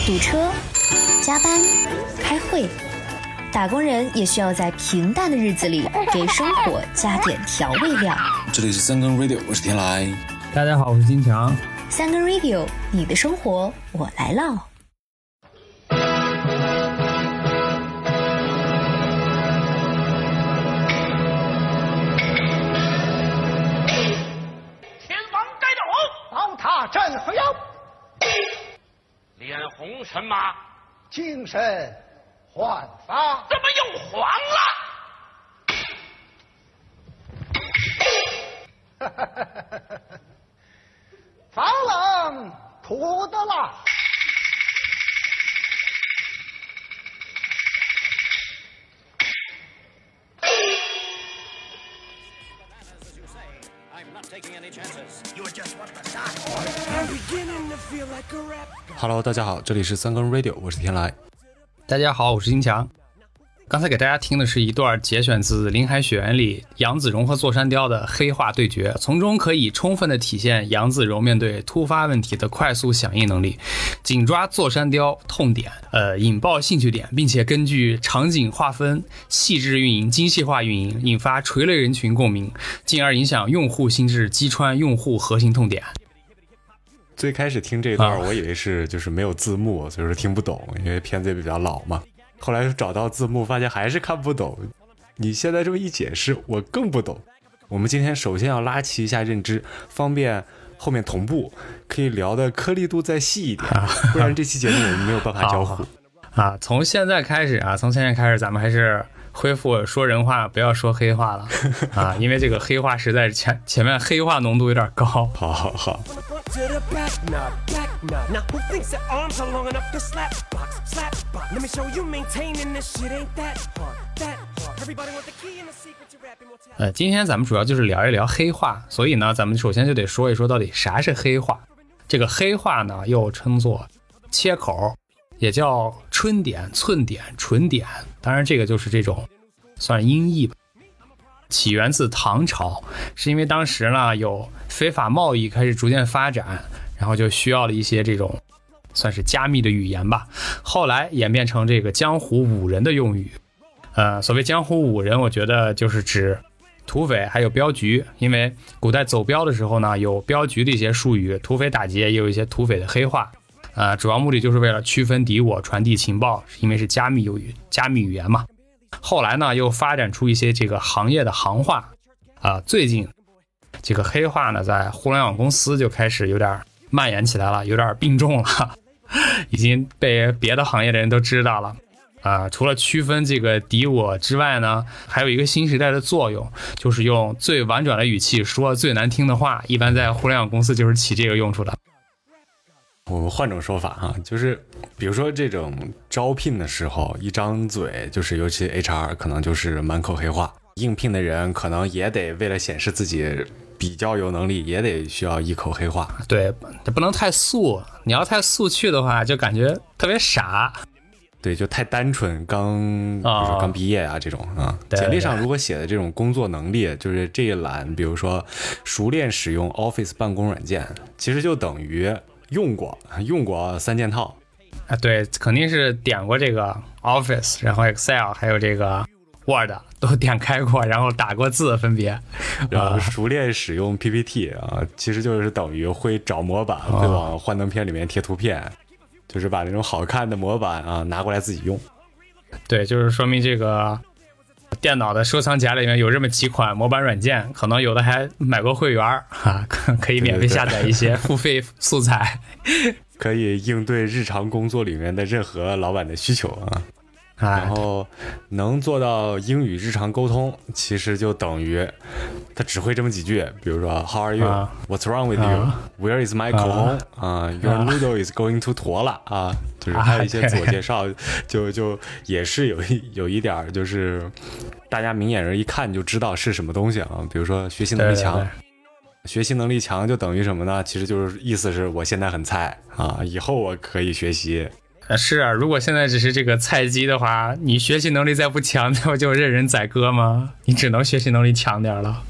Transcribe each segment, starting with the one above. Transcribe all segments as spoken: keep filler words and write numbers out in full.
堵车、加班、开会，打工人也需要在平淡的日子里给生活加点调味料。 这里是三更 Radio， 我是天来。 大家好，我是金强。 三更 Radio， 你的生活我来唠。 天王盖斗， 宝塔镇河妖， 脸红神马， 精神焕发。 怎么又黄了？ 防冷土的辣。 Hello， 大家好，这里是三更 Radio， 我是天来。 大家好，我是金强。刚才给大家听的是一段节选自《林海雪原》里杨子荣和座山雕的黑话对决，从中可以充分的体现杨子荣面对突发问题的快速响应能力，紧抓座山雕痛点，呃，引爆兴趣点，并且根据场景划分细致运营、精细化运营，引发垂类人群共鸣，进而影响用户心智，击穿用户核心痛点。 最开始听这段，我以为是就是没有字幕，所以说听不懂，因为片子也比较老嘛。后来找到字幕，发现还是看不懂。你现在这么一解释，我更不懂。我们今天首先要拉齐一下认知，方便后面同步，可以聊的颗粒度再细一点，不然这期节目我们没有办法交互。 啊，从现在开始啊，从现在开始，咱们还是恢复说人话，不要说黑话了啊，因为这个黑话实在是前前面黑话浓度有点高。 好好好。呃，今天咱们主要就是聊一聊黑话，所以呢，咱们首先就得说一说到底啥是黑话。这个黑话呢，又称作切口，也叫春点、寸点、唇点，当然这个就是这种算音译吧。起源自唐朝，是因为当时呢有非法贸易开始逐渐发展，然后就需要了一些这种算是加密的语言吧，后来演变成这个江湖武人的用语。呃，所谓江湖武人，我觉得就是指土匪还有镖局，因为古代走镖的时候呢，有镖局的一些术语，土匪打劫也有一些土匪的黑话。呃，主要目的就是为了区分敌我，传递情报，因为是加密语加密语言嘛。后来呢，又发展出一些这个行业的行话啊、呃。最近这个黑话呢，在互联网公司就开始有点蔓延起来了，有点病重了，已经被别的行业的人都知道了啊、呃。除了区分这个敌我之外呢，还有一个新时代的作用，就是用最婉转的语气说最难听的话，一般在互联网公司就是起这个用处的。 我们换种说法哈，就是比如说这种招聘的时候，一张嘴就是尤其 H R 可能就是满口黑话，应聘的人可能也得为了显示自己比较有能力，也得需要一口黑话。 对，这不能太素，你要太素去的话，就感觉特别傻。 对，就太单纯，刚比如说刚毕业啊、哦、这种啊，简历上如果写的这种工作能力，就是这一栏，比如说熟练使用 Office 办公软件，其实就等于用过用过三件套啊，对，肯定是点过这个 Office， 然后 Excel 还有这个 Word 都点开过，然后打过字分别， 然后熟练使用 P P T 啊，其实就是等于会找模板，会往幻灯片里面贴图片，就是把那种好看的模板啊拿过来自己用。 对，就是说明这个电脑的收藏夹里面有这么几款模板软件，可能有的还买过会员啊，可以免费下载一些付费素材， 对对对，可以应对日常工作里面的任何老板的需求啊。然后能做到英语日常沟通，其实就等于他只会这么几句，比如说 How are you、啊、What's wrong with you、啊、Where is my 口红啊、uh, Your noodle is going to 坨了啊，就是还有一些自我介绍，就就也是有一有一点就是大家明眼人一看就知道是什么东西啊。比如说学习能力强，对对对，学习能力强就等于什么呢？其实就是意思是我现在很菜啊，以后我可以学习。 是啊，如果现在只是这个菜鸡的话，你学习能力再不强，那不就任人宰割吗？你只能学习能力强点了。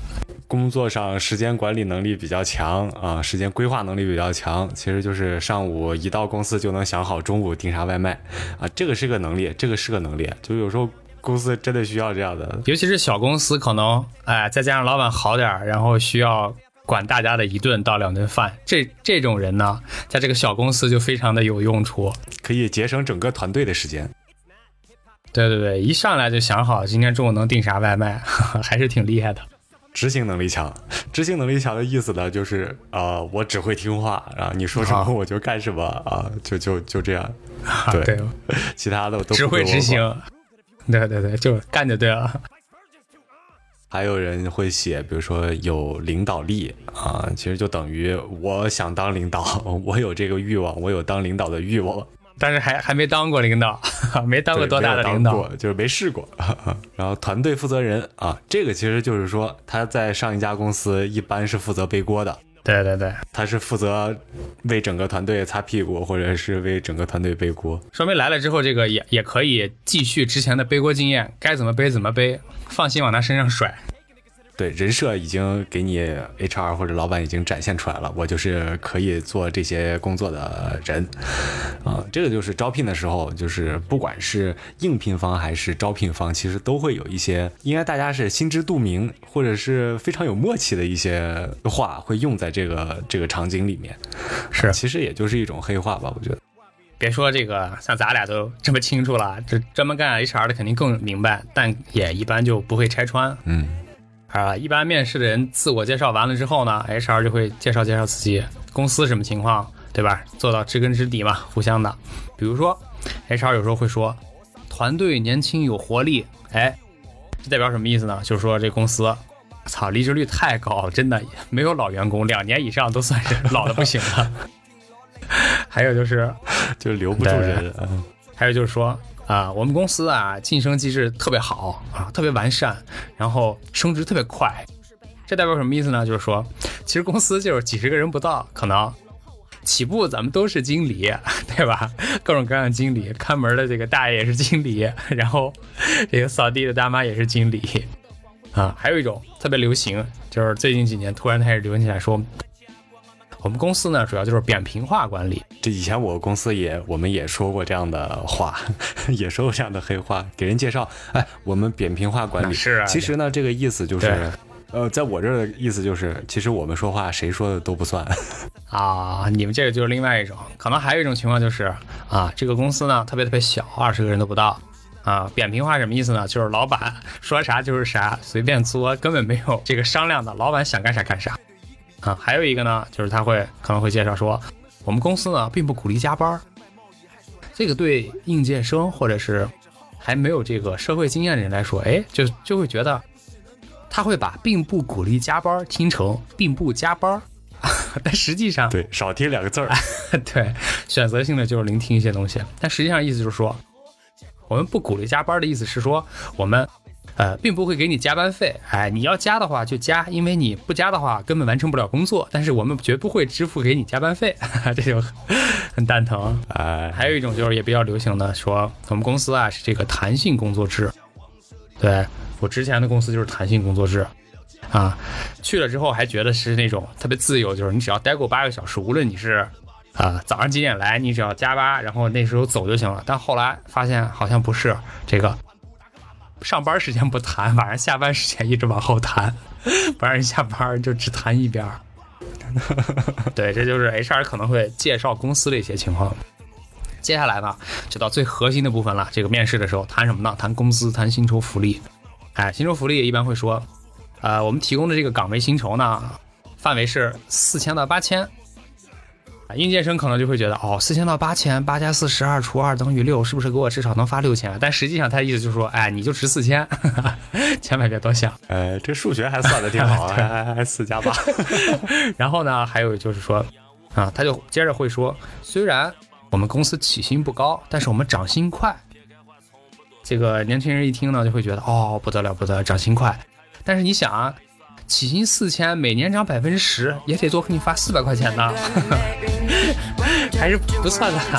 工作上时间管理能力比较强啊，时间规划能力比较强，其实就是上午一到公司就能想好中午订啥外卖啊，这个是个能力，这个是个能力，就有时候公司真的需要这样的， 尤其是小公司，可能哎再加上老板好点，然后需要管大家的一顿到两顿饭，这这种人呢，在这个小公司就非常的有用处， 可以节省整个团队的时间。 对对对，一上来就想好今天中午能订啥外卖，还是挺厉害的。 执行能力强，执行能力强的意思呢，就是呃，我只会听话啊，你说什么我就干什么啊，就就就这样。对， 对其他的我都只会执行。对对对，就干就对了。 还有人会写，比如说有领导力啊，其实就等于我想当领导，我有这个欲望，我有当领导的欲望。 但是还还没当过领导，没当过多大的领导， 就是没试过。然后团队负责人啊，这个其实就是说他在上一家公司一般是负责背锅的。 对对对， 他是负责为整个团队擦屁股，或者是为整个团队背锅。 说明来了之后，这个也也可以继续之前的背锅经验，该怎么背怎么背，放心往他身上甩。 对，人设已经给你 H R 或者老板已经展现出来了，我就是可以做这些工作的人啊、呃。这个就是招聘的时候，就是不管是应聘方还是招聘方，其实都会有一些应该大家是心知肚明或者是非常有默契的一些话会用在这个这个场景里面。 是、 啊，其实也就是一种黑话吧，我觉得。 别说这个，像咱俩都这么清楚了，这专门干 H R 的肯定更明白，但也一般就不会拆穿。 嗯。 啊，一般面试的人自我介绍完了之后呢 ，H R 就会介绍介绍自己公司什么情况，对吧？做到知根知底嘛，互相的。比如说 ，H R 有时候会说，团队年轻有活力，哎，这代表什么意思呢？就是说这公司，操，离职率太高，真的没有老员工，两年以上都算是老的不行了。还有就是， 就留不住人。 还有就是说。啊，我们公司啊，晋升机制特别好啊，特别完善，然后升职特别快。这代表什么意思呢？就是说，其实公司就是几十个人不到，可能起步咱们都是经理，对吧？各种各样的经理，看门的这个大爷也是经理，然后这个扫地的大妈也是经理啊。还有一种特别流行，就是最近几年突然开始流行起来说。我们公司呢，主要就是扁平化管理。 这以前我公司也，我们也说过这样的话，也说过这样的黑话，给人介绍，哎，我们扁平化管理。 是啊。 其实呢，这个意思就是，呃，在我这儿的意思就是，其实我们说话谁说的都不算。 啊，你们这个就是另外一种，可能还有一种情况就是啊，这个公司呢特别特别小，二十个人都不到。啊，扁平化什么意思呢？就是老板说啥就是啥，随便作，根本没有这个商量的，老板想干啥干啥。啊，还有一个呢，就是他会可能会介绍说，我们公司呢并不鼓励加班，这个对应届生或者是还没有这个社会经验的人来说，哎，就就会觉得他会把并不鼓励加班听成并不加班，但实际上对少听两个字儿， 对，选择性的就是聆听一些东西，但实际上意思就是说，我们不鼓励加班的意思是说我们。呃，并不会给你加班费，哎，你要加的话就加，因为你不加的话根本完成不了工作。但是我们绝不会支付给你加班费，这就很蛋疼。 哎， 还有一种就是也比较流行的，说我们公司啊是这个弹性工作制。对，我之前的公司就是弹性工作制，啊，去了之后还觉得是那种特别自由，就是你只要待够八个小时，无论你是啊、呃、早上几点来，你只要加班，然后那时候走就行了。但后来发现好像不是这个。上班时间不谈，晚上下班时间一直往后谈，不让人下班就只谈一边。对，这就是 H R 可能会介绍公司的一些情况。接下来呢，就到最核心的部分了。这个面试的时候谈什么呢？谈工资，谈薪酬福利。哎，薪酬福利一般会说，呃，我们提供的这个岗位薪酬呢，范围是四千到八千。应届生可能就会觉得，哦，四千到八千，八加四十二除二等于六，是不是给我至少能发六千？但实际上他的意思就是说，哎，你就值四千，千万别多想。 呃，这数学还算的挺好，还还四加八。 然后呢，还有就是说，啊，他就接着会说，虽然我们公司起薪不高，但是我们涨薪快。这个年轻人一听呢，就会觉得，哦，不得了不得了，涨薪快。但是你想啊。起薪四千，每年涨百分之十，也得多给你发四百块钱呢，还是不算的。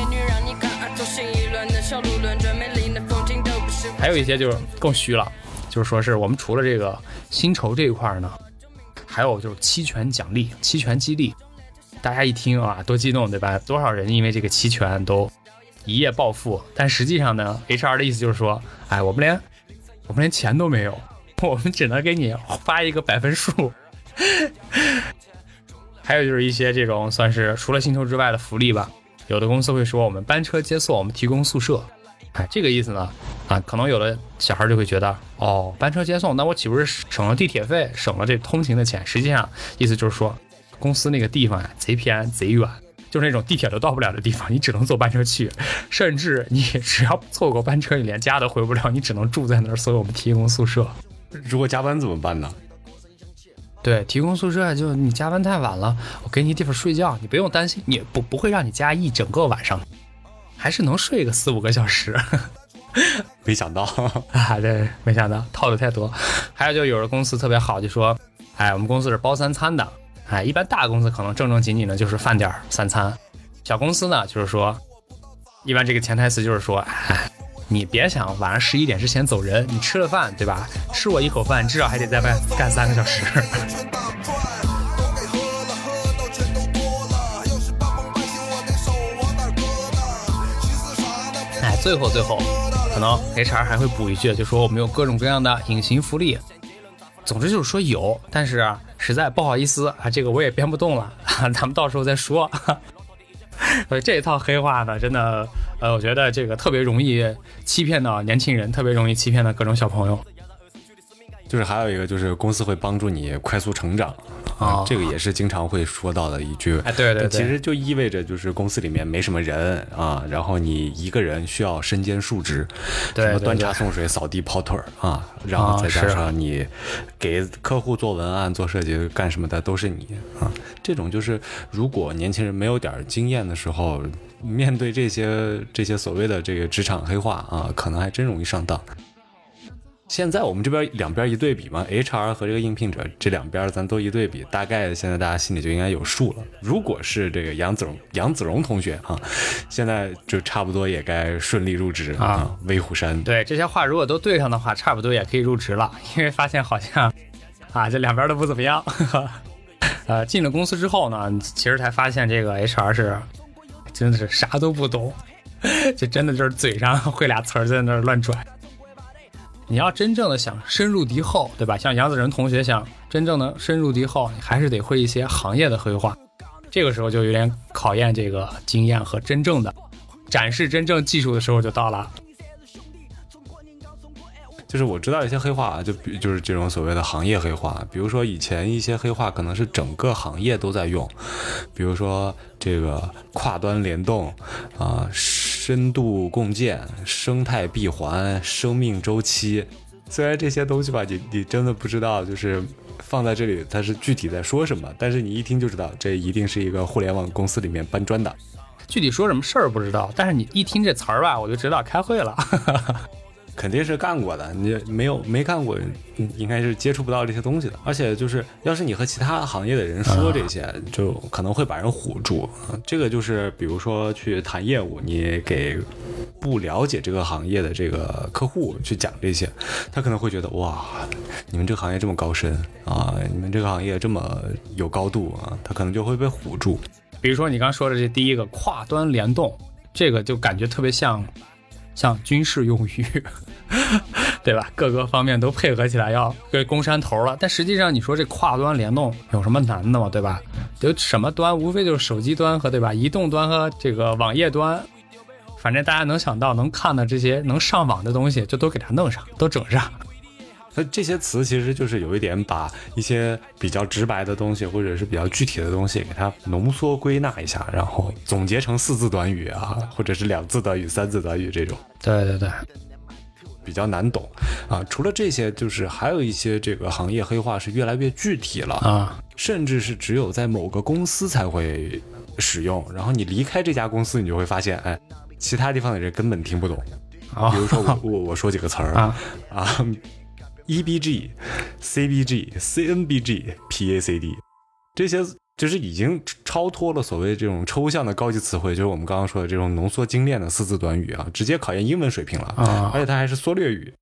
还有一些就是更虚了， 就是说是我们除了这个薪酬这一块呢，还有就是期权奖励、期权激励。大家一听啊，多激动，对吧？多少人因为这个期权都一夜暴富？但实际上呢 ，H R 的意思就是说，哎，我们连我们连钱都没有，我们只能给你发一个百分数。还有就是一些这种算是除了薪酬之外的福利吧，有的公司会说我们班车接送，我们提供宿舍。哎，这个意思呢，啊，可能有的小孩就会觉得，哦，班车接送，那我岂不是省了地铁费，省了这通勤的钱？实际上，意思就是说，公司那个地方呀，贼偏贼远，就是那种地铁都到不了的地方，你只能坐班车去，甚至你只要错过班车，你连家都回不了，你只能住在那儿。所以我们提供宿舍。 如果加班怎么办呢？ 对，提供宿舍就你加班太晚了，我给你地方睡觉，你不用担心，你不不会让你加一整个晚上，还是能睡个四五个小时。 没想到啊，对，没想到套的太多。还有就有的公司特别好，就说，哎，我们公司是包三餐的。哎，一般大公司可能正正经经的就是饭点三餐，小公司呢就是说，一般这个潜台词就是说，哎，你别想晚上十一点之前走人，你吃了饭对吧？吃我一口饭，至少还得在外干三个小时。哎，最后最后，可能 H R 还会补一句，就说我们有各种各样的隐形福利。总之就是说有，但是啊，实在不好意思啊，这个我也编不动了，啊、咱们到时候再说。所以这一套黑话呢，真的，呃，我觉得这个特别容易欺骗到年轻人，特别容易欺骗到各种小朋友。 就是还有一个就是公司会帮助你快速成长。啊、哦，这个也是经常会说到的一句。 哎，对对对， 其实就意味着就是公司里面没什么人啊，然后你一个人需要身兼数职， 对， 什么端茶送水、扫地跑腿啊，然后再加上你给客户做文案、做设计、干什么的都是你啊。这种就是如果年轻人没有点经验的时候，面对这些这些所谓的这个职场黑话啊，可能还真容易上当。现在我们这边两边一对比嘛 ，H R 和这个应聘者这两边咱都一对比，大概现在大家心里就应该有数了。如果是这个杨子荣杨子荣同学啊，现在就差不多也该顺利入职啊，啊威虎山。 对，这些话如果都对上的话，差不多也可以入职了，因为发现好像啊这两边都不怎么样。呃，进了公司之后呢，其实才发现这个 H R 是真的是啥都不懂，就真的就是嘴上会俩词儿在那儿乱拽。你要真正的想深入敌后，对吧？像杨子仁同学想真正的深入敌后，你还是得会一些行业的黑话。这个时候就有点考验这个经验和真正的展示真正技术的时候就到了。 就是我知道一些黑话，就比就是这种所谓的行业黑话，比如说以前一些黑话可能是整个行业都在用，比如说这个跨端联动啊、呃、深度共建、生态闭环、生命周期。虽然这些东西吧，你你真的不知道，就是放在这里它是具体在说什么，但是你一听就知道，这一定是一个互联网公司里面搬砖的。 具体说什么事儿不知道，但是你一听这词儿吧，我就知道开会了。 肯定是干过的，你没有没干过，应该是接触不到这些东西的。而且就是，要是你和其他行业的人说这些，嗯、就可能会把人唬住。这个就是，比如说去谈业务，你给不了解这个行业的这个客户去讲这些，他可能会觉得哇，你们这个行业这么高深啊，你们这个行业这么有高度啊，他可能就会被唬住。 比如说你刚说的这第一个跨端联动，这个就感觉特别像。像军事用语，对吧？各个方面都配合起来要给攻山头了。但实际上，你说这跨端联动有什么难的吗？对吧？有什么端，无非就是手机端和对吧？移动端和这个网页端，反正大家能想到能看的这些能上网的东西，就都给它弄上，都整上。 那这些词其实就是有一点把一些比较直白的东西或者是比较具体的东西给它浓缩归纳一下，然后总结成四字短语啊，或者是两字短语、三字短语这种。 对对对， 比较难懂啊。除了这些，就是还有一些这个行业黑话是越来越具体了啊，甚至是只有在某个公司才会使用，然后你离开这家公司，你就会发现，哎，其他地方的人根本听不懂。 哦、 比如说我我我说几个词儿啊啊。E B G、C B G、C N B G、P A C D， 这些就是已经超脱了所谓这种抽象的高级词汇，就是我们刚刚说的这种浓缩精炼的四字短语啊，直接考验英文水平了。 啊、 而且它还是缩略语。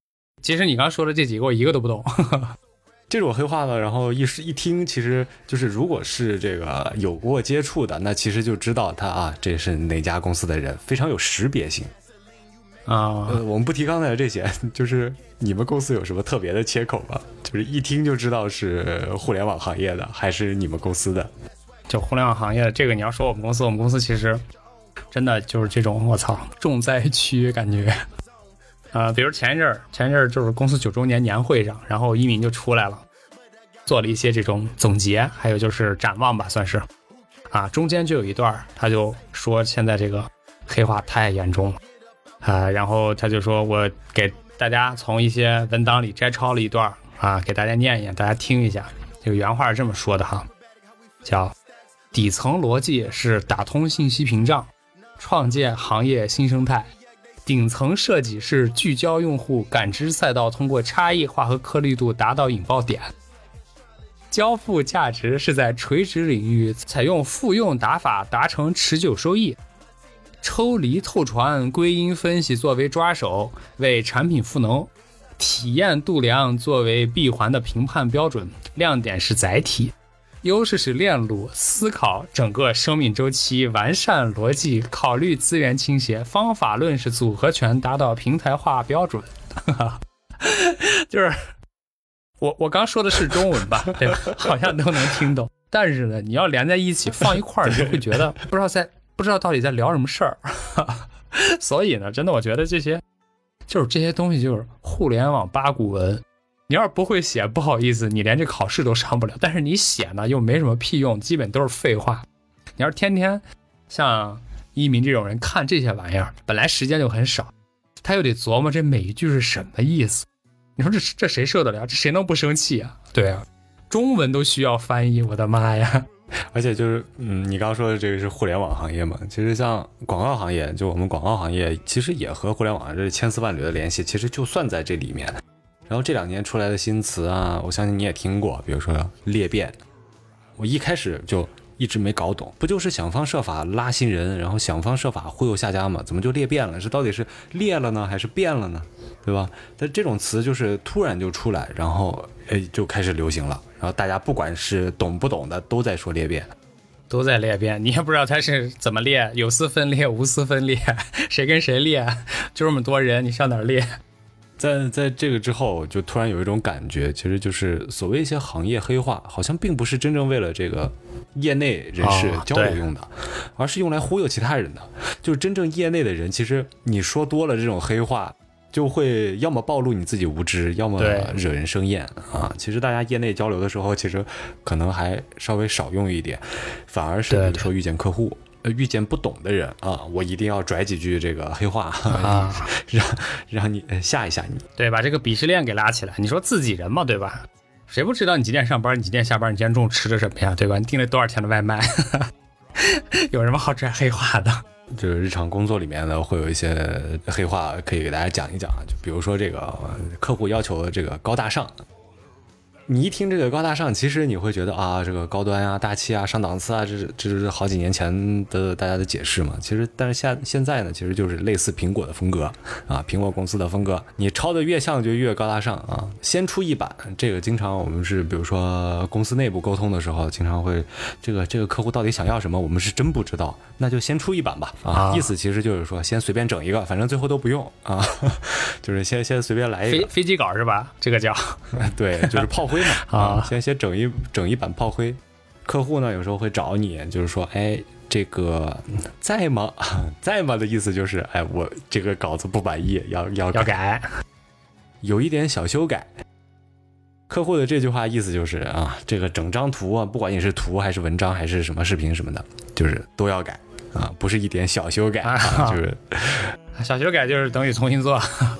其实你刚说的这几个我一个都不懂。 这种黑话呢，然后一一听，其实就是如果是这个有过接触的，那其实就知道他啊，这是哪家公司的人，非常有识别性啊。 呃，我们不提刚才的这些，就是你们公司有什么特别的切口吗？就是一听就知道是互联网行业的，还是你们公司的？ 就互联网行业的这个，你要说我们公司，我们公司其实真的就是这种，我操，重灾区感觉。呃，比如前一阵儿，前一阵儿就是公司九周年年会上，然后一鸣就出来了，做了一些这种总结，还有就是展望吧，算是啊。中间就有一段他就说现在这个黑化太严重了啊，然后他就说我给大家从一些文档里摘抄了一段啊，给大家念一念，大家听一下。这个原话是这么说的哈，叫底层逻辑是打通信息屏障，创建行业新生态。顶层设计是聚焦用户感知赛道，通过差异化和颗粒度达到引爆点。交付价值是在垂直领域采用复用打法达成持久收益。抽离透传归因分析作为抓手，为产品赋能。体验度量作为闭环的评判标准，亮点是载体。优势是链路，思考整个生命周期，完善逻辑，考虑资源倾斜。方法论是组合拳，达到平台化标准。就是我我刚说的是中文吧，对吧？好像都能听懂。但是呢，你要连在一起放一块儿，就会觉得不知道在不知道到底在聊什么事儿。所以呢，真的我觉得这些就是这些东西就是互联网八股文。你要是不会写，不好意思，你连这考试都上不了。但是你写呢，又没什么屁用，基本都是废话。你要是天天像一鸣这种人看这些玩意儿，本来时间就很少，他又得琢磨这每一句是什么意思。你说这这谁受得了？这谁能不生气啊？对啊，中文都需要翻译，我的妈呀！ 而且就是，嗯，你刚刚说的这个是互联网行业嘛？其实像广告行业，就我们广告行业，其实也和互联网这千丝万缕的联系，其实就算在这里面。然后这两年出来的新词啊，我相信你也听过，比如说裂变，我一开始就一直没搞懂，不就是想方设法拉新人，然后想方设法忽悠下家吗？怎么就裂变了？是到底是裂了呢，还是变了呢？对吧？但这种词就是突然就出来，然后哎就开始流行了，然后大家不管是懂不懂的都在说裂变。 都在裂变，你也不知道它是怎么裂，有丝分裂无丝分裂，谁跟谁裂，就这么多人，你上哪儿裂？ 在在这个之后，就突然有一种感觉，其实就是所谓一些行业黑化，好像并不是真正为了这个业内人士交流用的，哦、而是用来忽悠其他人的。就是真正业内的人，其实你说多了这种黑话，就会要么暴露你自己无知，要么惹人生厌啊。其实大家业内交流的时候，其实可能还稍微少用一点，反而是比如说遇见客户。对对遇见不懂的人啊，我一定要拽几句这个黑话，啊、让让你吓一吓你， 对，把这个鄙视链给拉起来。你说自己人嘛，对吧？谁不知道你几点上班，你几点下班，你今天中午吃的什么呀，对吧？你订了多少钱的外卖？有什么好拽黑话的？ 就是日常工作里面呢，会有一些黑话可以给大家讲一讲，就比如说这个客户要求的这个高大上。你一听这个高大上，其实你会觉得啊，这个高端啊、大气啊、上档次啊，这是这是好几年前的大家的解释嘛。其实，但是现现在呢，其实就是类似苹果的风格啊，苹果公司的风格，你抄的越像就越高大上啊。先出一版，这个经常我们是比如说公司内部沟通的时候，经常会这个这个客户到底想要什么，我们是真不知道，那就先出一版吧啊。啊意思其实就是说，先随便整一个，反正最后都不用啊，就是先先随便来一个飞飞机稿是吧？这个叫对，就是炮灰嘛啊，先先整一整一版炮灰。客户呢有时候会找你，就是说，哎，这个在吗？在吗的意思就是，哎，我这个稿子不满意，要要要改， 有一点小修改。客户的这句话意思就是啊，这个整张图啊，不管你是图还是文章还是什么视频什么的，就是都要改啊，不是一点小修改啊，就是小修改就是等于重新做。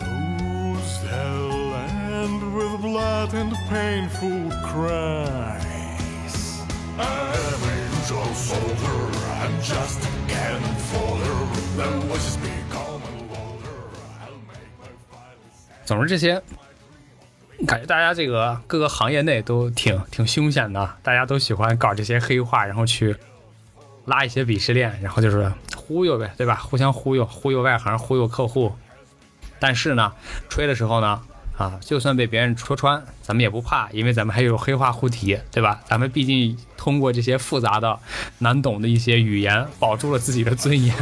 And painful cries. I'm an angel soldier, I'm just a cannon fodder. The voices become louder. I'll make my final stand. 总之这些，感觉大家这个各个行业内都挺挺凶险的，大家都喜欢搞这些黑话，然后去拉一些鄙视链，然后就是忽悠呗，对吧？互相忽悠，忽悠外行，忽悠客户。但是呢，吹的时候呢， 啊，就算被别人戳穿，咱们也不怕，因为咱们还有黑话护体，对吧？咱们毕竟通过这些复杂的、难懂的一些语言，保住了自己的尊严。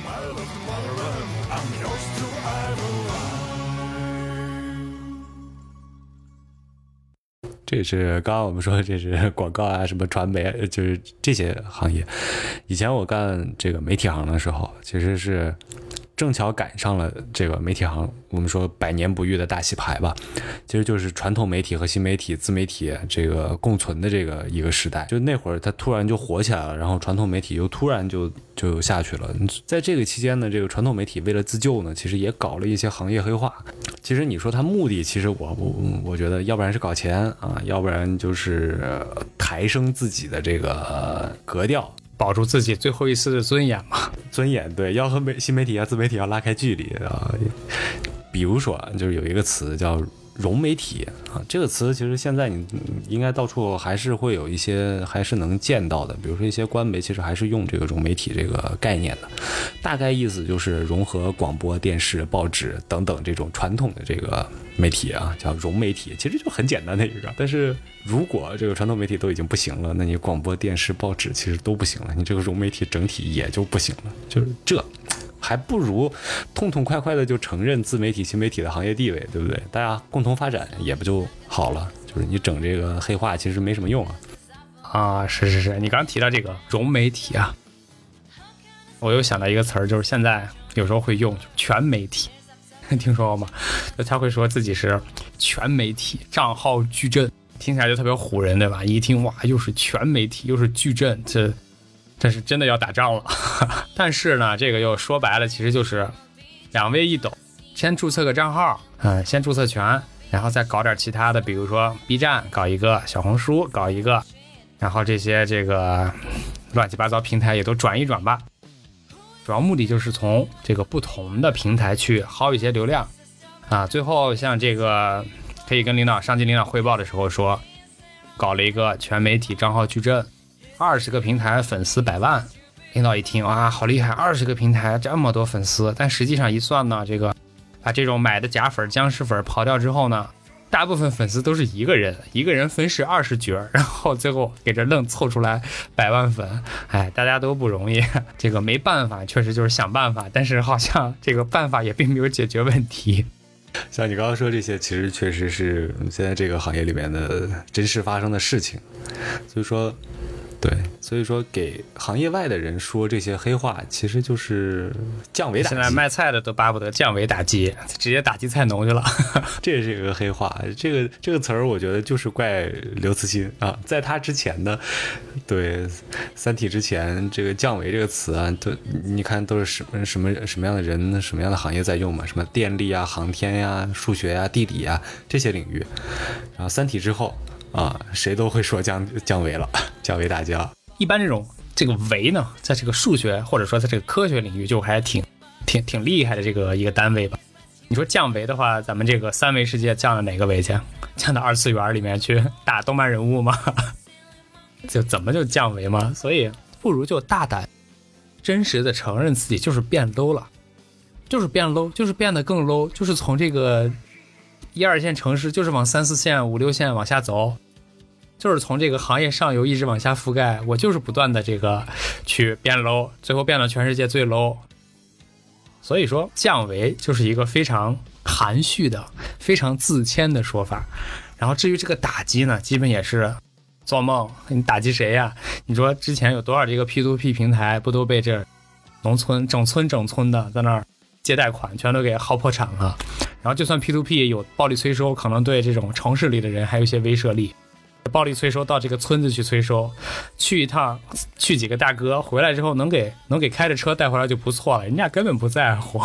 这也是刚刚我们说这是广告啊，什么传媒，就是这些行业。以前我干这个媒体行的时候，其实是正巧赶上了这个媒体行，我们说百年不遇的大洗牌吧，其实就是传统媒体和新媒体、自媒体这个共存的这个一个时代。就那会儿它突然就火起来了，然后传统媒体又突然就就下去了。在这个期间呢，这个传统媒体为了自救呢，其实也搞了一些行业黑化。其实你说它目的，其实我我我觉得，要不然是搞钱啊，要不然就是抬升自己的这个格调， 保住自己最后一丝的尊严嘛。 尊严，对，要和媒新媒体啊、自媒体要拉开距离啊。比如说，就是有一个词叫融媒体啊，这个词其实现在你应该到处还是会有一些，还是能见到的。比如说一些官媒其实还是用这个融媒体这个概念的，大概意思就是融合广播电视、报纸等等这种传统的这个媒体啊，叫融媒体，其实就很简单的一个。但是如果这个传统媒体都已经不行了，那你广播电视、报纸其实都不行了，你这个融媒体整体也就不行了，就是这还不如痛痛快快的就承认自媒体、新媒体的行业地位，对不对？大家共同发展也不就好了？就是你整这个黑话其实没什么用啊。 啊，是是是，你刚刚提到这个融媒体啊，我又想到一个词儿，就是现在有时候会用全媒体，听说过吗？就他会说自己是全媒体，账号矩阵，听起来就特别唬人，对吧？一听哇，又是全媒体，又是矩阵，这这是真的要打仗了。但是呢，这个又说白了，其实就是两位一斗，先注册个账号，嗯，先注册全，然后再搞点其他的，比如说 B 站搞一个，小红书搞一个，然后这些这个乱七八糟平台也都转一转吧。主要目的就是从这个不同的平台去薅一些流量啊。最后像这个可以跟领导、上级领导汇报的时候说，搞了一个全媒体账号矩阵，二十个平台粉丝百万。领导一听啊，好厉害，二十个平台这么多粉丝，但实际上一算呢，这个把这种买的假粉、僵尸粉刨掉之后呢，大部分粉丝都是一个人，一个人分饰二十角，然后最后给这愣凑出来百万粉。哎，大家都不容易，这个没办法，确实就是想办法，但是好像这个办法也并没有解决问题。 像你刚刚说这些，其实确实是现在这个行业里面的真实发生的事情，所以说。对，所以说给行业外的人说这些黑话，其实就是降维打击。 现在卖菜的都巴不得降维打击，直接打击菜农去了。 这是一个黑话，这个这个词儿，我觉得就是怪刘慈欣啊，在他之前的，对《三体》之前，这个降维这个词啊，都你看都是什么什么什么样的人、什么样的行业在用嘛？什么电力啊、航天呀、啊、数学呀、啊、地理呀、啊、这些领域。然后《三体》之后。啊，谁都会说降降维了，降维打击了。 一般这种这个维呢，在这个数学或者说在这个科学领域就还挺挺挺厉害的这个一个单位吧。你说降维的话，咱们这个三维世界降到哪个维去？降到二次元里面去打动漫人物吗？就怎么就降维吗？所以不如就大胆、真实的承认自己就是变 low 了，就是变 low， 就是变得更 low， 就是从这个。一二线城市就是往三四线、五六线往下走，就是从这个行业上游一直往下覆盖，我就是不断的这个去变 low， 最后变到全世界最 low。所以说降维就是一个非常含蓄的、非常自谦的说法。然后至于这个打击呢，基本也是做梦，你打击谁呀？你说之前有多少这个 P to P 平台不都被这农村整村整村的在那儿借贷款全都给薅破产了？然后就算 P to P 有暴力催收，可能对这种城市里的人还有一些威慑力。暴力催收到这个村子去催收，去一趟去几个大哥，回来之后能给能给开着车带回来就不错了，人家根本不在乎。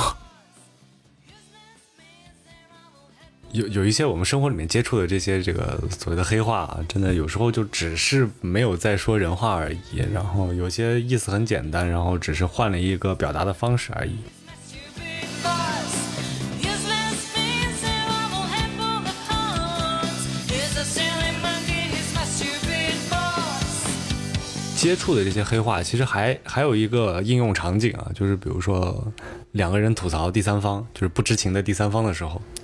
有有一些我们生活里面接触的这些这个所谓的黑话啊，真的有时候就只是没有在说人话而已，然后有些意思很简单，然后只是换了一个表达的方式而已。接触的这些黑话其实还还有一个应用场景啊，就是比如说两个人吐槽第三方，就是不知情的第三方的时候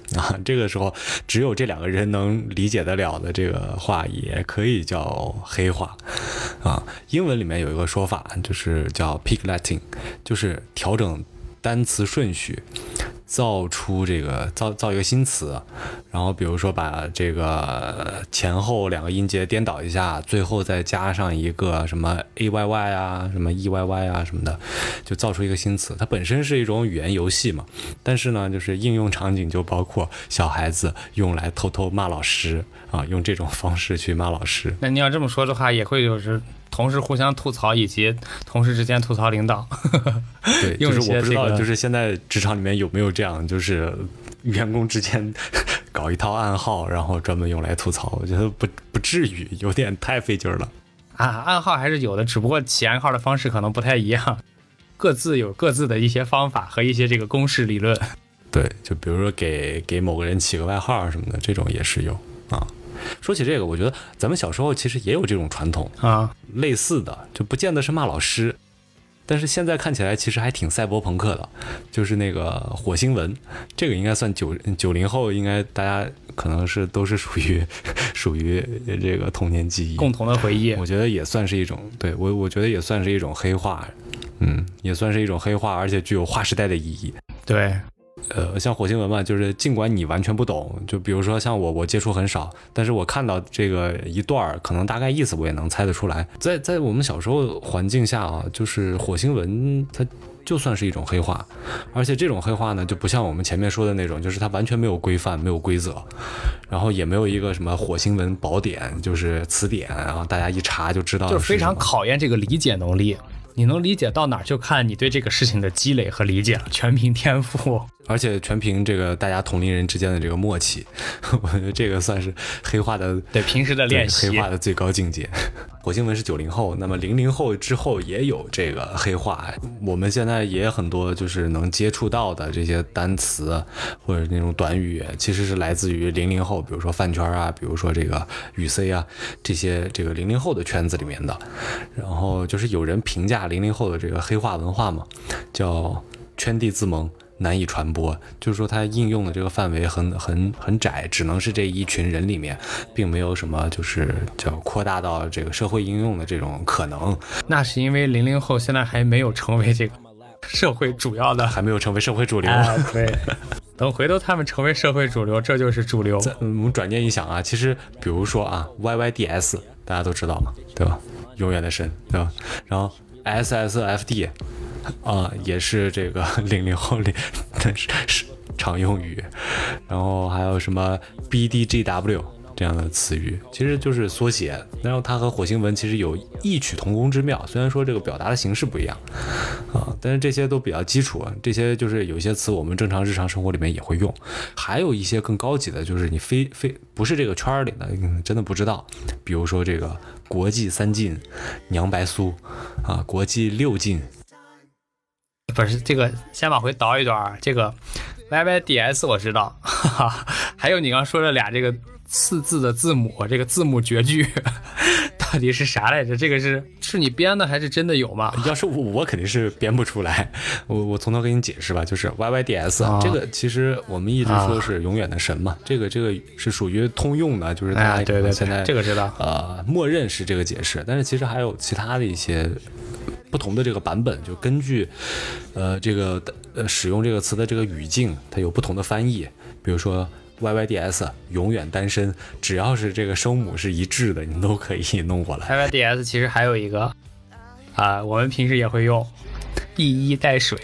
啊，这个时候只有这两个人能理解得了的这个话，也可以叫黑话啊。英文里面有一个说法，就是叫 pigletting， 就是调整单词顺序，造出这个造造一个新词，然后比如说把这个前后两个音节颠倒一下，最后再加上一个什么 A Y Y 啊，什么 E Y Y 啊什么的，就造出一个新词。它本身是一种语言游戏嘛，但是呢，就是应用场景就包括小孩子用来偷偷骂老师啊，用这种方式去骂老师。 那你要这么说的话，也会就是同事互相吐槽，以及同事之间吐槽领导。 对，就是我不知道， 这个、 就是现在职场里面有没有这样，就是员工之间搞一套暗号，然后专门用来吐槽。我觉得不不至于，有点太费劲了。 啊，暗号还是有的，只不过起暗号的方式可能不太一样，各自有各自的一些方法和一些这个公式理论。 对，就比如说给给某个人起个外号什么的，这种也是有啊。说起这个，我觉得咱们小时候其实也有这种传统啊， 类似的，就不见得是骂老师，但是现在看起来其实还挺赛博朋克的，就是那个火星文，这个应该算九九零后，应该大家可能是都是属于属于这个童年记忆， 共同的回忆。 我觉得也算是一种，对我我觉得也算是一种黑化，嗯，也算是一种黑化，而且具有划时代的意义。 对。 呃，像火星文嘛，就是尽管你完全不懂，就比如说像我，我接触很少，但是我看到这个一段，可能大概意思我也能猜得出来。在在我们小时候环境下啊，就是火星文它就算是一种黑话，而且这种黑话呢，就不像我们前面说的那种，就是它完全没有规范、没有规则，然后也没有一个什么火星文宝典，就是词典，然后大家一查就知道， 就是非常考验这个理解能力。你能理解到哪儿，就看你对这个事情的积累和理解了，全凭天赋， 而且全凭这个大家同龄人之间的这个默契。我觉得这个算是黑化的， 对平时的练习， 黑化的最高境界。火星文是九零后，那么零零后之后也有这个黑化。我们现在也很多就是能接触到的这些单词或者那种短语，其实是来自于零零后，比如说饭圈啊，比如说这个语 C 啊，这些这个零零后的圈子里面的。然后就是有人评价零零后的这个黑化文化嘛，叫圈地自萌，难以传播，就是说它应用的这个范围很很很窄，只能是这一群人里面，并没有什么就是叫扩大到这个社会应用的这种可能。 那是因为零零后现在还没有成为这个社会主要的， 还没有成为社会主流。 啊、对，等回头他们成为社会主流，这就是主流。 我们转念一想啊，其实比如说啊 Y Y D S 大家都知道嘛，对吧？永远的神，对吧？然后 S S F D 啊、呃，也是这个零零后里的是常用语，然后还有什么 B D G W 这样的词语，其实就是缩写，然后它和火星文其实有异曲同工之妙，虽然说这个表达的形式不一样啊，但是这些都比较基础，这些就是有一些词我们正常日常生活里面也会用，还有一些更高级的，就是你非非不是这个圈里的，真的不知道，比如说这个国际三禁、娘白苏啊，国际六禁。 不是这个，先往回倒一段，这个 Y Y D S 我知道，哈哈，还有你刚说的俩这个四字的字母，这个字母绝句到底是啥来着？这个是是你编的还是真的有吗？ 要是我，我肯定是编不出来。我我从头给你解释吧，就是 Y Y D S、啊、这个其实我们一直说是永远的神嘛，啊、这个这个是属于通用的，就是大家对对现在、 哎、这个知道， 呃，默认是这个解释，但是其实还有其他的一些不同的这个版本，就根据呃这个呃使用这个词的这个语境，它有不同的翻译，比如说。Y Y D S 永远单身，只要是这个声母是一致的，你都可以弄过来。 Y Y D S 其实还有一个啊、呃，我们平时也会用一衣带水，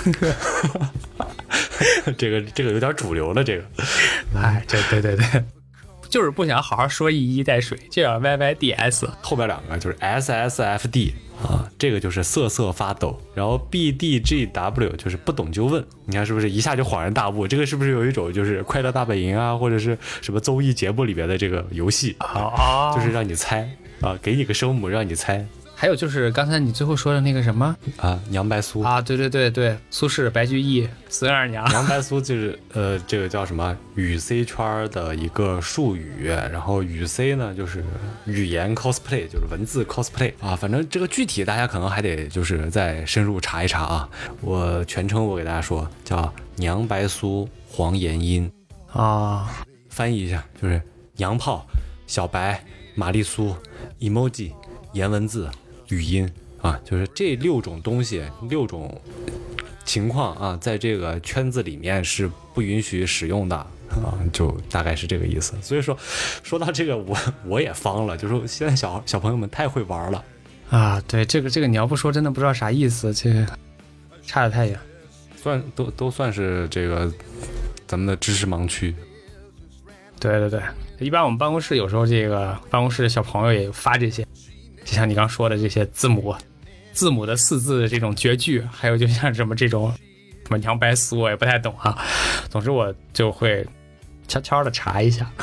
这个这个有点主流了，这个。 哎，这对对对，就是不想好好说一衣带水，就要 Y Y D S。 后边两个就是 S S F D 啊，这个就是瑟瑟发抖，然后 B D G W 就是不懂就问，你看是不是一下就恍然大悟？这个是不是有一种就是快乐大本营啊，或者是什么综艺节目里边的这个游戏啊， 就是让你猜啊，给你个声母让你猜。 还有就是刚才你最后说的那个什么啊，娘白苏啊，对对对对，苏轼、白居易、孙二娘。 娘白苏就是呃，这个叫什么语 C 圈的一个术语，然后语 C 呢就是语言 cosplay， 就是文字 cosplay 啊，反正这个具体大家可能还得就是再深入查一查啊。我全称我给大家说，叫娘白苏黄延音啊， 翻译一下就是娘炮、小白、玛丽苏、emoji、颜文字、语音啊，就是这六种东西，六种情况啊，在这个圈子里面是不允许使用的啊，就大概是这个意思。所以说，说到这个我我也慌了，就是现在小小朋友们太会玩了啊，对，这个这个你要不说真的不知道啥意思，这个差得太远， 算都都算是这个咱们的知识盲区。 对对对，一般我们办公室有时候这个办公室的小朋友也发这些，就像你刚说的这些字母字母的四字的这种绝句，还有就像什么这种什么娘白苏我也不太懂啊，总之我就会悄悄的查一下。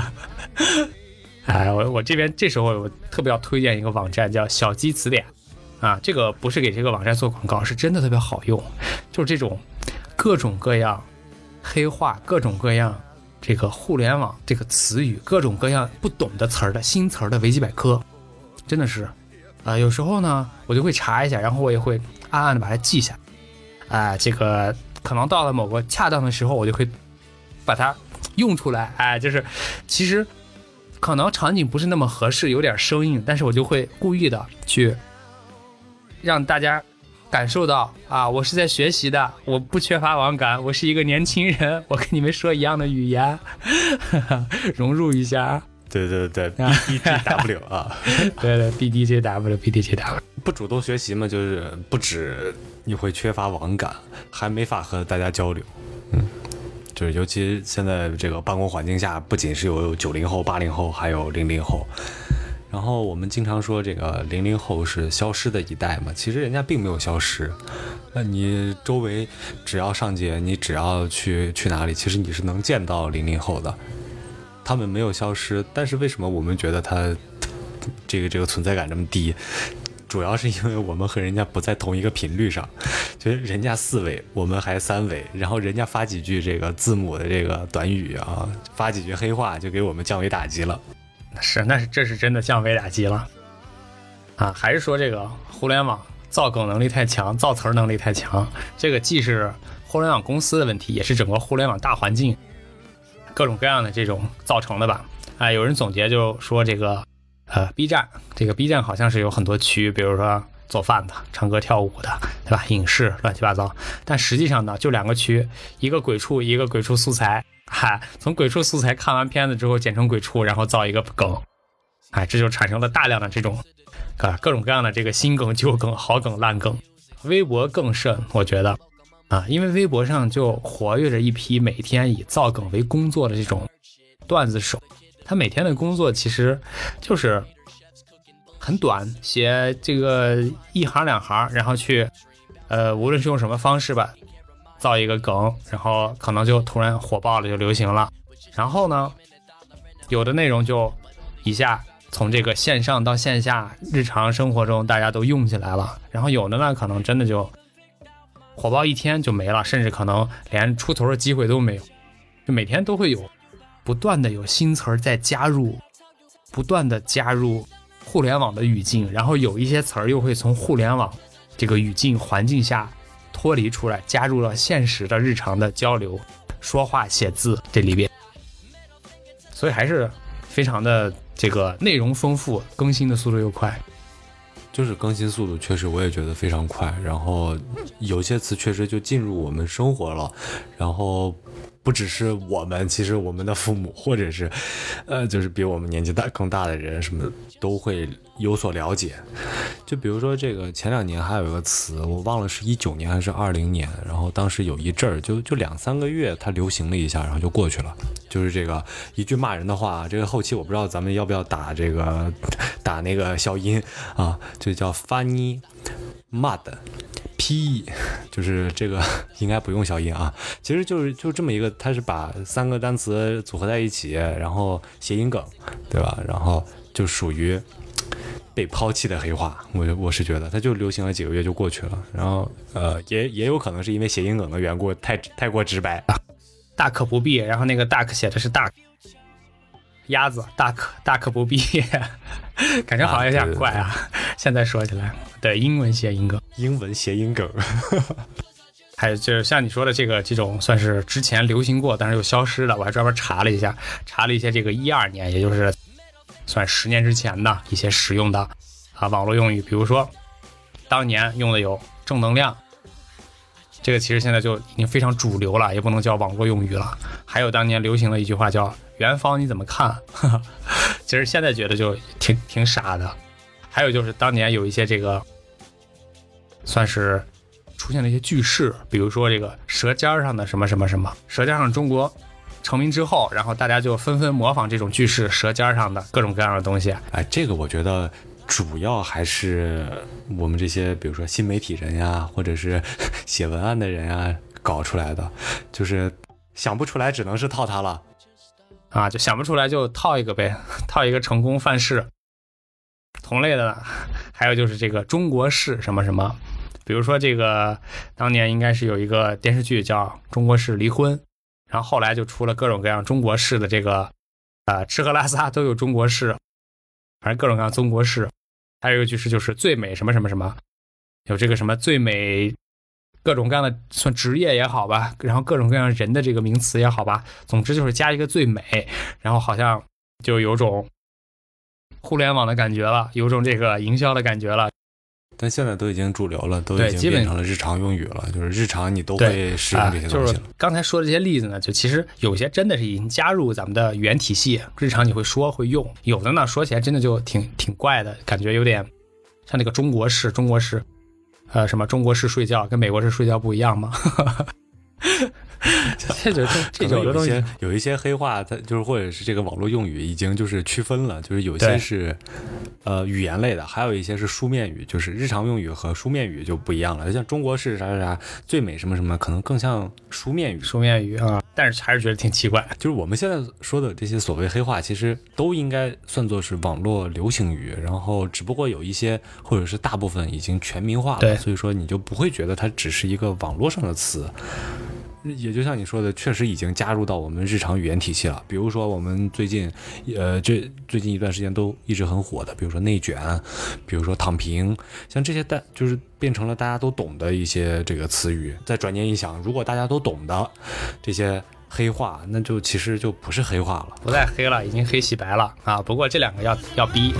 哎，我我这边这时候我特别要推荐一个网站叫小鸡词典啊，这个不是给这个网站做广告，是真的特别好用，就是这种各种各样黑话，各种各样这个互联网这个词语，各种各样不懂的词儿的新词儿的维基百科，真的是啊、呃，有时候呢我就会查一下，然后我也会暗暗的把它记下啊、呃，这个可能到了某个恰当的时候，我就会把它用出来，哎、呃，就是其实可能场景不是那么合适，有点生硬，但是我就会故意的去让大家感受到啊，我是在学习的，我不缺乏网感，我是一个年轻人，我跟你们说一样的语言，融入一下。 对对对 ，B D J W 啊， 对对 ，B D J W，B D J W。 不主动学习嘛，就是不止你会缺乏网感，还没法和大家交流。嗯，就是尤其现在这个办公环境下，不仅是有九零后、八零后，还有零零后。然后我们经常说这个零零后是消失的一代嘛，其实人家并没有消失。那你周围只要上街，你只要去去哪里，其实你是能见到零零后的，他们没有消失。但是为什么我们觉得他这个这个存在感这么低？主要是因为我们和人家不在同一个频率上，就是人家四维，我们还三维，然后人家发几句这个字母的这个短语啊，发几句黑话就给我们降维打击了。 是，那是这是真的降维打击了啊！还是说这个互联网造梗能力太强，造词能力太强，这个既是互联网公司的问题，也是整个互联网大环境各种各样的这种造成的吧？啊，有人总结就说这个呃 B 站，这个 B 站好像是有很多区，比如说做饭的、唱歌跳舞的，对吧？影视乱七八糟，但实际上呢，就两个区，一个鬼畜，一个鬼畜素材。哈，从鬼畜素材看完片子之后剪成鬼畜，然后造一个梗，哎，这就产生了大量的这种啊各种各样的这个新梗、旧梗、好梗、烂梗。微博更甚，我觉得啊，因为微博上就活跃着一批每天以造梗为工作的这种段子手，他每天的工作其实就是很短，写这个一行两行，然后去呃，无论是用什么方式吧。造一个梗，然后可能就突然火爆了，就流行了。然后呢，有的内容就一下从这个线上到线下，日常生活中大家都用起来了。然后有的呢，可能真的就火爆一天就没了，甚至可能连出头的机会都没有。就每天都会有不断的有新词儿在加入，不断的加入互联网的语境，然后有一些词儿又会从互联网这个语境环境下脱离出来，加入了现实的日常的交流、说话、写字这里边，所以还是非常的这个内容丰富，更新的速度又快。 就是更新速度确实我也觉得非常快，然后有些词确实就进入我们生活了，然后不只是我们，其实我们的父母或者是呃就是比我们年纪大更大的人什么都会有所了解。就比如说这个前两年还有一个词我忘了是一九年还是二零年，然后当时有一阵儿就就两三个月它流行了一下，然后就过去了，就是这个一句骂人的话，这个后期我不知道咱们要不要打这个打那个消音啊，就叫 funny mud P， 就是这个应该不用消音啊，其实就是就这么一个，它是把三个单词组合在一起，然后谐音梗，对吧？然后就属于被抛弃的黑话，我我是觉得它就流行了几个月就过去了，然后呃也也有可能是因为谐音梗的缘故，太太过直白， 大可不必，然后那个 duck 写的是大鸭子，大可大可不必，感觉好像有点怪啊。啊对对对，现在说起来，对英文谐音梗， 英文谐音梗。 还有就是像你说的这个这种算是之前流行过但是又消失了，我还专门查了一下，查了一些这个一二年，也就是算十年之前的一些使用的啊网络用语，比如说当年用的有正能量，这个其实现在就已经非常主流了，也不能叫网络用语了。还有当年流行的一句话叫元芳你怎么看其实现在觉得就挺挺傻的。还有就是当年有一些这个算是出现了一些句式，比如说这个舌尖上的什么什么什么，舌尖上中国成名之后，然后大家就纷纷模仿这种句式，舌尖上的各种各样的东西。 哎，这个我觉得主要还是我们这些比如说新媒体人呀，或者是写文案的人呀搞出来的，就是想不出来只能是套它了啊，就想不出来就套一个呗，套一个成功范式。同类的还有就是这个中国式什么什么，比如说这个当年应该是有一个电视剧叫《中国式离婚》，然后后来就出了各种各样中国式的这个呃吃喝拉撒都有中国式，反正各种各样中国式。还有一个句式就是最美什么什么什么，有这个什么最美各种各样的算职业也好吧，然后各种各样人的这个名词也好吧，总之就是加一个最美，然后好像就有种互联网的感觉了，有种这个营销的感觉了。 但现在都已经主流了，都已经变成了日常用语了，就是日常你都会使用这些东西了、啊、就是刚才说的这些例子呢，就其实有些真的是已经加入咱们的语言体系，日常你会说会用，有的呢说起来真的就挺挺怪的，感觉有点像那个中国式中国式呃什么中国式睡觉跟美国式睡觉不一样吗这种这种的东西有一些黑话，它就是或者是这个网络用语已经就是区分了，就是有些是呃语言类的，还有一些是书面语，就是日常用语和书面语就不一样了。像中国式啥啥啥最美什么什么，可能更像书面语。 书面语啊，但是还是觉得挺奇怪。 就是我们现在说的这些所谓黑话，其实都应该算作是网络流行语，然后只不过有一些或者是大部分已经全民化了，所以说你就不会觉得它只是一个网络上的词。也就像你说的，确实已经加入到我们日常语言体系了。比如说我们最近呃这最近一段时间都一直很火的，比如说内卷，比如说躺平，像这些大就是变成了大家都懂的一些这个词语。再转念一想，如果大家都懂的这些黑话，那就其实就不是黑话了， 不再黑了，已经黑洗白了啊。不过这两个要要逼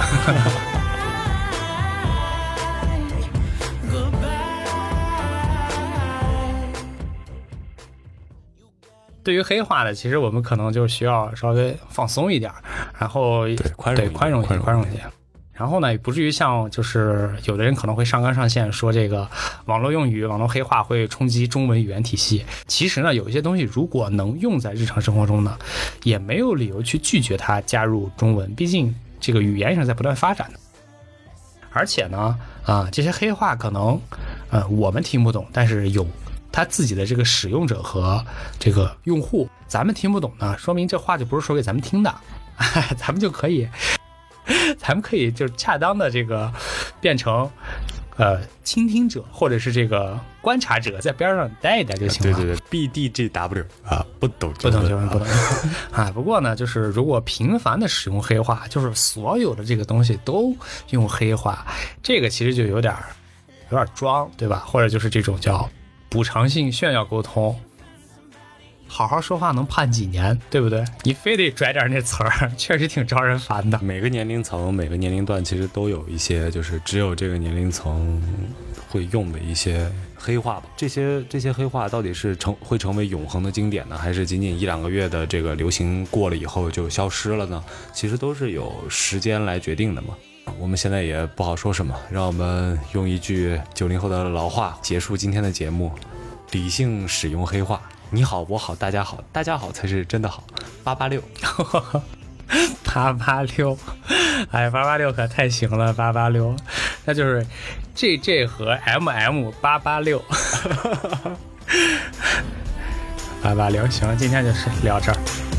对于黑话呢，其实我们可能就需要稍微放松一点，然后对宽容对宽容一些，宽容一些。然后呢，也不至于像就是有的人可能会上纲上线说这个网络用语、网络黑话会冲击中文语言体系。其实呢，有一些东西如果能用在日常生活中呢，也没有理由去拒绝它加入中文。毕竟这个语言是在不断发展的。而且呢，啊，这些黑话可能，呃，我们听不懂，但是有他自己的这个使用者和这个用户，咱们听不懂呢，说明这话就不是说给咱们听的，咱们就可以，咱们可以就恰当的这个变成呃倾听者或者是这个观察者，在边上待一待就行了。 对对对 ，B D G W 啊，不懂不懂就问不懂啊。不过呢，就是如果频繁的使用黑话，就是所有的这个东西都用黑话，这个其实就有点有点装，对吧？或者就是这种叫补偿性炫耀沟通，好好说话能判几年，对不对？你非得拽点那词儿，确实挺招人烦的。 每个年龄层、每个年龄段其实都有一些，就是只有这个年龄层会用的一些黑话吧。这些这些黑话到底是成会成为永恒的经典呢，还是仅仅一两个月的这个流行过了以后就消失了呢？其实都是有时间来决定的嘛。我们现在也不好说什么，让我们用一句九零后的老话结束今天的节目：理性使用黑话。你好，我好，大家好，大家好才是真的好。八八六， 八八六，哎，八八六可太行了，八八六，那就是 J J 和 M M 八八六，八八六，行，今天就是聊这儿。